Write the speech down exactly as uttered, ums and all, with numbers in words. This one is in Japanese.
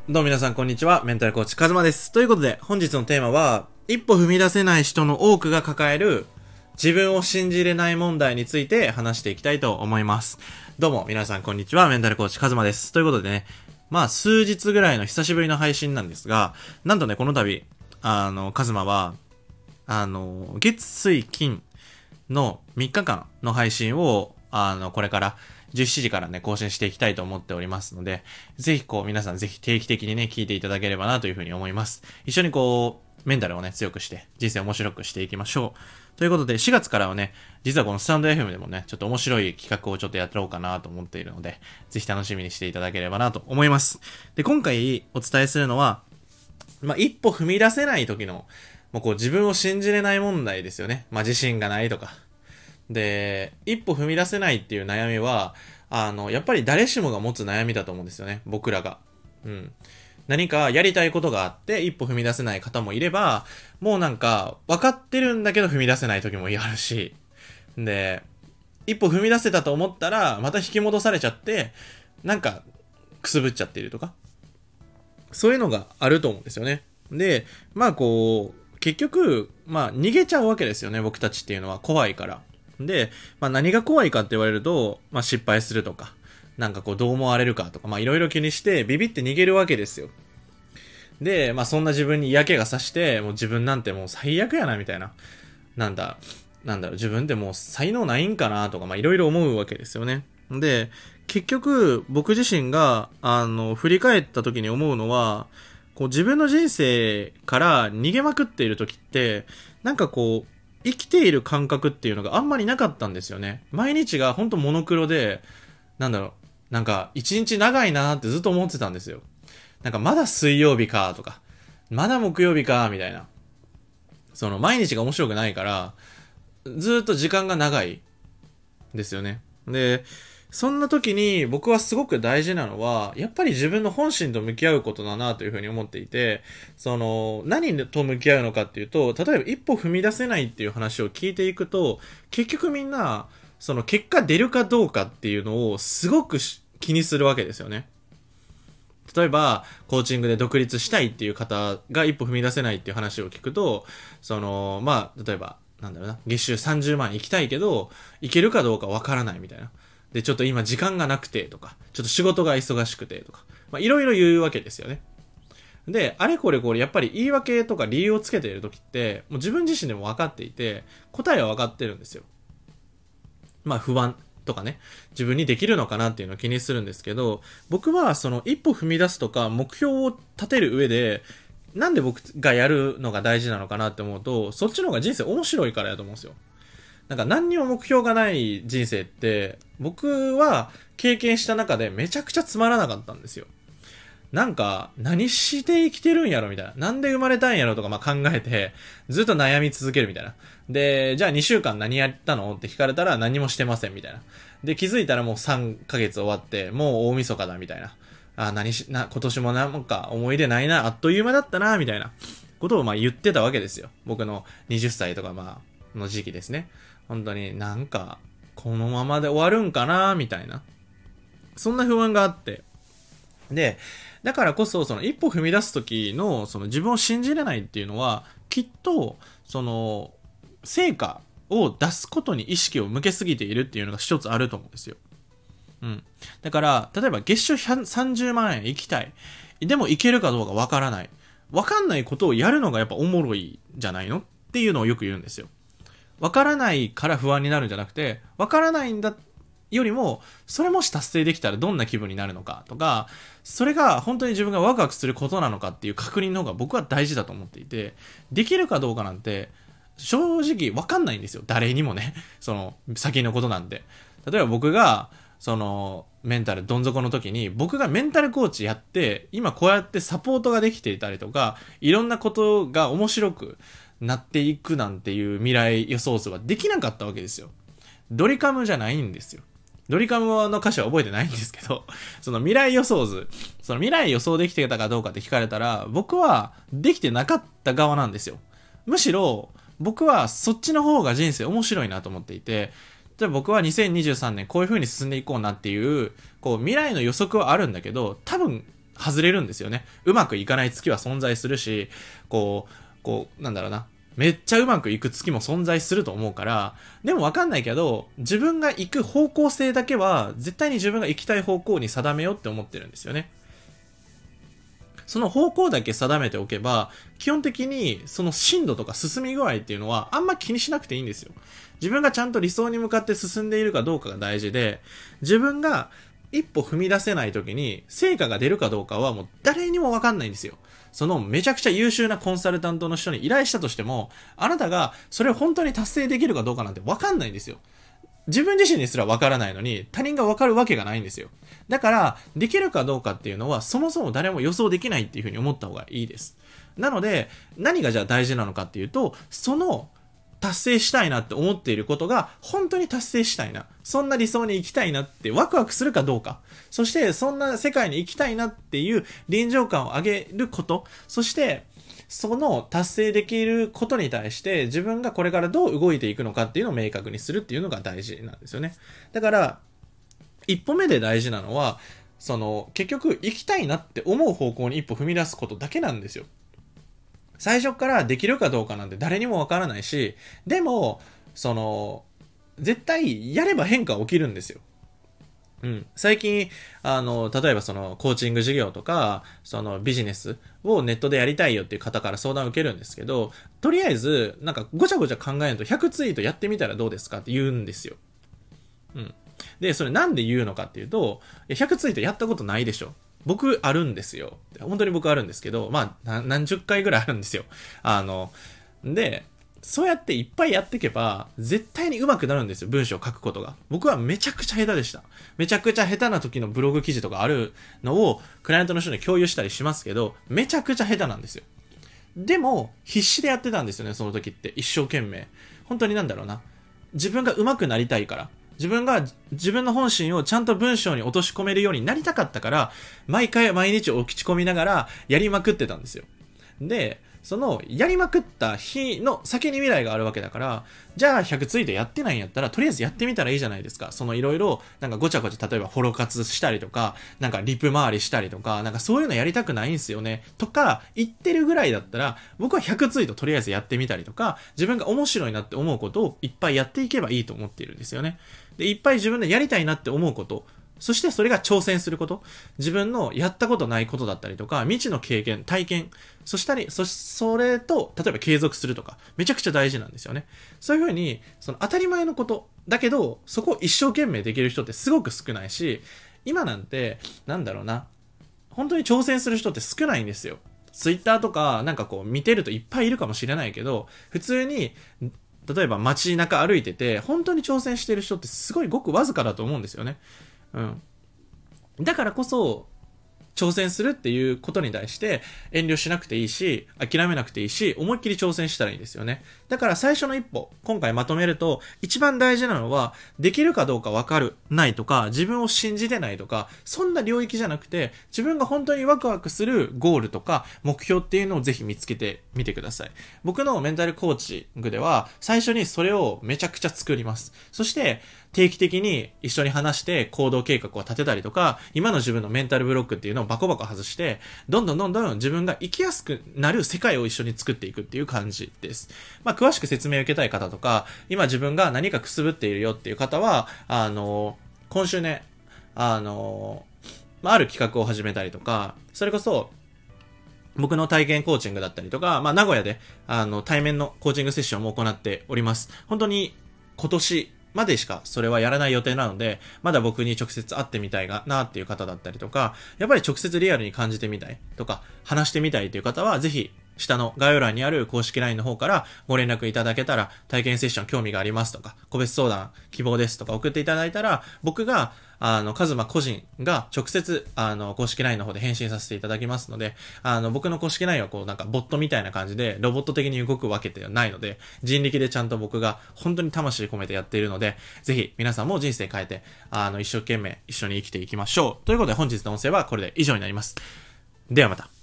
どうも皆さんこんにちは。メンタルコーチカズマです。ということで本日のテーマは、一歩踏み出せない人の多くが抱える自分を信じれない問題について話していきたいと思います。どうも皆さんこんにちは。メンタルコーチカズマです。ということでね、まあ数日ぐらいの久しぶりの配信なんですが、なんとねこの度あのカズマはあの月水金のみっかかんの配信をあのこれからじゅうしちじからね、更新していきたいと思っておりますので、ぜひこう、皆さんぜひ定期的にね、聞いていただければなというふうに思います。一緒にこう、メンタルをね、強くして、人生を面白くしていきましょう。ということで、しがつからはね、実はこのスタンド エフエム でもね、ちょっと面白い企画をちょっとやろうかなと思っているので、ぜひ楽しみにしていただければなと思います。で、今回お伝えするのは、まあ、一歩踏み出せない時の、もうこう、自分を信じれない問題ですよね。まあ、自信がないとか。で、一歩踏み出せないっていう悩みは、あの、やっぱり誰しもが持つ悩みだと思うんですよね。僕らが。うん。何かやりたいことがあって一歩踏み出せない方もいれば、もうなんか分かってるんだけど踏み出せない時もあるし、で、一歩踏み出せたと思ったらまた引き戻されちゃって、なんかくすぶっちゃっているとか。そういうのがあると思うんですよね。で、まあこう、結局、まあ逃げちゃうわけですよね。僕たちっていうのは怖いから。で、まあ何が怖いかって言われると、まあ失敗するとか、なんかこうどう思われるかとか、まあいろいろ気にしてビビって逃げるわけですよ。で、まあそんな自分に嫌気がさして、もう自分なんてもう最悪やなみたいな。なんだ、なんだろう、自分ってもう才能ないんかなとか、まあいろいろ思うわけですよね。で、結局僕自身が、あの、振り返った時に思うのは、こう自分の人生から逃げまくっている時って、なんかこう、生きている感覚っていうのがあんまりなかったんですよね。毎日がほんとモノクロで、なんだろう、なんか一日長いなーってずっと思ってたんですよ。なんかまだ水曜日かとか、まだ木曜日かみたいな。その毎日が面白くないから、ずっと時間が長いですよね。で、そんな時に僕はすごく大事なのは、やっぱり自分の本心と向き合うことだなというふうに思っていて、その、何と向き合うのかっていうと、例えば一歩踏み出せないっていう話を聞いていくと、結局みんな、その結果出るかどうかっていうのをすごく気にするわけですよね。例えば、コーチングで独立したいっていう方が一歩踏み出せないっていう話を聞くと、その、まあ、例えば、なんだろうな、月収さんじゅうまん行きたいけど、行けるかどうかわからないみたいな。で、ちょっと今時間がなくてとか、ちょっと仕事が忙しくてとか、まあいろいろ言うわけですよね。で、あれこれこれやっぱり言い訳とか理由をつけている時って、もう自分自身でも分かっていて、答えは分かってるんですよ。まあ不安とかね、自分にできるのかなっていうのを気にするんですけど、僕はその一歩踏み出すとか目標を立てる上で、なんで僕がやるのが大事なのかなって思うと、そっちの方が人生面白いからやと思うんですよ。なんか何にも目標がない人生って、僕は経験した中でめちゃくちゃつまらなかったんですよ。なんか、何して生きてるんやろみたいな。なんで生まれたんやろとかまあ考えて、ずっと悩み続けるみたいな。で、じゃあにしゅうかん何やったのって聞かれたら何もしてませんみたいな。で、気づいたらもうさんかげつ終わって、もう大晦日だみたいな。あ、何し、な、今年もなんか思い出ないな、あっという間だったな、みたいなことをまあ言ってたわけですよ。僕のはたちとかまあ、の時期ですね。本当になんか、このままで終わるんかなみたいな。そんな不安があって。で、だからこそ、その一歩踏み出す時の、その自分を信じれないっていうのは、きっと、その、成果を出すことに意識を向けすぎているっていうのが一つあると思うんですよ。うん。だから、例えば月収さんじゅうまんえん行きたい。でも行けるかどうかわからない。わかんないことをやるのがやっぱおもろいじゃないのっていうのをよく言うんですよ。わからないから不安になるんじゃなくて、わからないんだよりも、それもし達成できたらどんな気分になるのかとか、それが本当に自分がワクワクすることなのかっていう確認の方が僕は大事だと思っていて、できるかどうかなんて、正直わかんないんですよ。誰にもね。その、先のことなんで。例えば僕が、その、メンタルどん底の時に、僕がメンタルコーチやって、今こうやってサポートができていたりとか、いろんなことが面白く、なっていくなんていう未来予想図はできなかったわけですよ。ドリカムじゃないんですよ。ドリカムの歌詞は覚えてないんですけど、その未来予想図、その未来予想できてたかどうかって聞かれたら、僕はできてなかった側なんですよ。むしろ、僕はそっちの方が人生面白いなと思っていて、例えば僕はにせんにじゅうさんねんこういう風に進んでいこうなっていう、こう未来の予測はあるんだけど、多分外れるんですよね。うまくいかない月は存在するし、こう、こう、なんだろうな。めっちゃうまくいく月も存在すると思うから、でもわかんないけど、自分が行く方向性だけは、絶対に自分が行きたい方向に定めようって思ってるんですよね。その方向だけ定めておけば、基本的にその進度とか進み具合っていうのはあんま気にしなくていいんですよ。自分がちゃんと理想に向かって進んでいるかどうかが大事で、自分が一歩踏み出せない時に成果が出るかどうかはもう誰にもわかんないんですよ。そのめちゃくちゃ優秀なコンサルタントの人に依頼したとしても、あなたがそれを本当に達成できるかどうかなんてわかんないんですよ。自分自身にすらわからないのに他人がわかるわけがないんですよ。だからできるかどうかっていうのはそもそも誰も予想できないっていうふうに思った方がいいです。なので何がじゃあ大事なのかっていうと、その達成したいなって思っていることが本当に達成したいな、そんな理想に行きたいなってワクワクするかどうか、そしてそんな世界に行きたいなっていう臨場感を上げること、そしてその達成できることに対して自分がこれからどう動いていくのかっていうのを明確にするっていうのが大事なんですよね。だから一歩目で大事なのは、その結局行きたいなって思う方向に一歩踏み出すことだけなんですよ。最初からできるかどうかなんて誰にもわからないし、でもその絶対やれば変化は起きるんですよ。うん、最近あの例えばそのコーチング事業とかそのビジネスをネットでやりたいよっていう方から相談を受けるんですけど、とりあえずなんかごちゃごちゃ考えるとひゃくツイートやってみたらどうですかって言うんですよ。うん。でそれなんで言うのかっていうと、ひゃくツイートやったことないでしょ。僕あるんですよ。本当に僕あるんですけど、まあ何十回ぐらいあるんですよ。あのでそうやっていっぱいやっていけば絶対に上手くなるんですよ、文章を書くことが。僕はめちゃくちゃ下手でした。めちゃくちゃ下手な時のブログ記事とかあるのをクライアントの人に共有したりしますけど、めちゃくちゃ下手なんですよ。でも必死でやってたんですよね、その時って。一生懸命。本当になんだろうな、自分が上手くなりたいから、自分が自分の本心をちゃんと文章に落とし込めるようになりたかったから、毎回毎日起き込みながらやりまくってたんですよ。でそのやりまくった日の先に未来があるわけだから、じゃあひゃくツイートやってないんやったらとりあえずやってみたらいいじゃないですか。そのいろいろなんかごちゃごちゃ、例えばフォロー活したりとか、なんかリプ回りしたりとか、なんかそういうのやりたくないんすよねとか言ってるぐらいだったら、僕はひゃくツイートとりあえずやってみたりとか、自分が面白いなって思うことをいっぱいやっていけばいいと思っているんですよね。でいっぱい自分でやりたいなって思うこと、そしてそれが挑戦すること、自分のやったことないことだったりとか、未知の経験、体験、そしたり、そ、それと、例えば継続するとか、めちゃくちゃ大事なんですよね。そういうふうに、その当たり前のこと、だけど、そこを一生懸命できる人ってすごく少ないし、今なんて、なんだろうな、本当に挑戦する人って少ないんですよ。ツイッターとか、なんかこう見てるといっぱいいるかもしれないけど、普通に、例えば街中歩いてて、本当に挑戦してる人ってすごいごくわずかだと思うんですよね。うん。だからこそ挑戦するっていうことに対して遠慮しなくていいし、諦めなくていいし、思いっきり挑戦したらいいんですよね。だから最初の一歩、今回まとめると、一番大事なのは、できるかどうか分かる、ないとか、自分を信じてないとか、そんな領域じゃなくて、自分が本当にワクワクするゴールとか、目標っていうのをぜひ見つけてみてください。僕のメンタルコーチングでは、最初にそれをめちゃくちゃ作ります。そして、定期的に一緒に話して行動計画を立てたりとか、今の自分のメンタルブロックっていうのをバコバコ外して、どんどんどんどん自分が生きやすくなる世界を一緒に作っていくっていう感じです。まあ、詳しく説明を受けたい方とか、今自分が何かくすぶっているよっていう方は、あの、今週ね、あの、まあ、ある企画を始めたりとか、それこそ、僕の体験コーチングだったりとか、まあ、名古屋で、あの、対面のコーチングセッションも行っております。本当に、今年、までしかそれはやらない予定なので、まだ僕に直接会ってみたいがなっていう方だったりとか、やっぱり直接リアルに感じてみたいとか、話してみたいという方は、ぜひ、下の概要欄にある公式 ライン の方からご連絡いただけたら、体験セッション興味がありますとか、個別相談希望ですとか送っていただいたら、僕が、あの、カズマ個人が直接、あの、公式 ライン の方で返信させていただきますので、あの、僕の公式 ライン はこう、なんかボットみたいな感じで、ロボット的に動くわけではないので、人力でちゃんと僕が本当に魂込めてやっているので、ぜひ皆さんも人生変えて、あの、一生懸命一緒に生きていきましょう。ということで本日の音声はこれで以上になります。ではまた。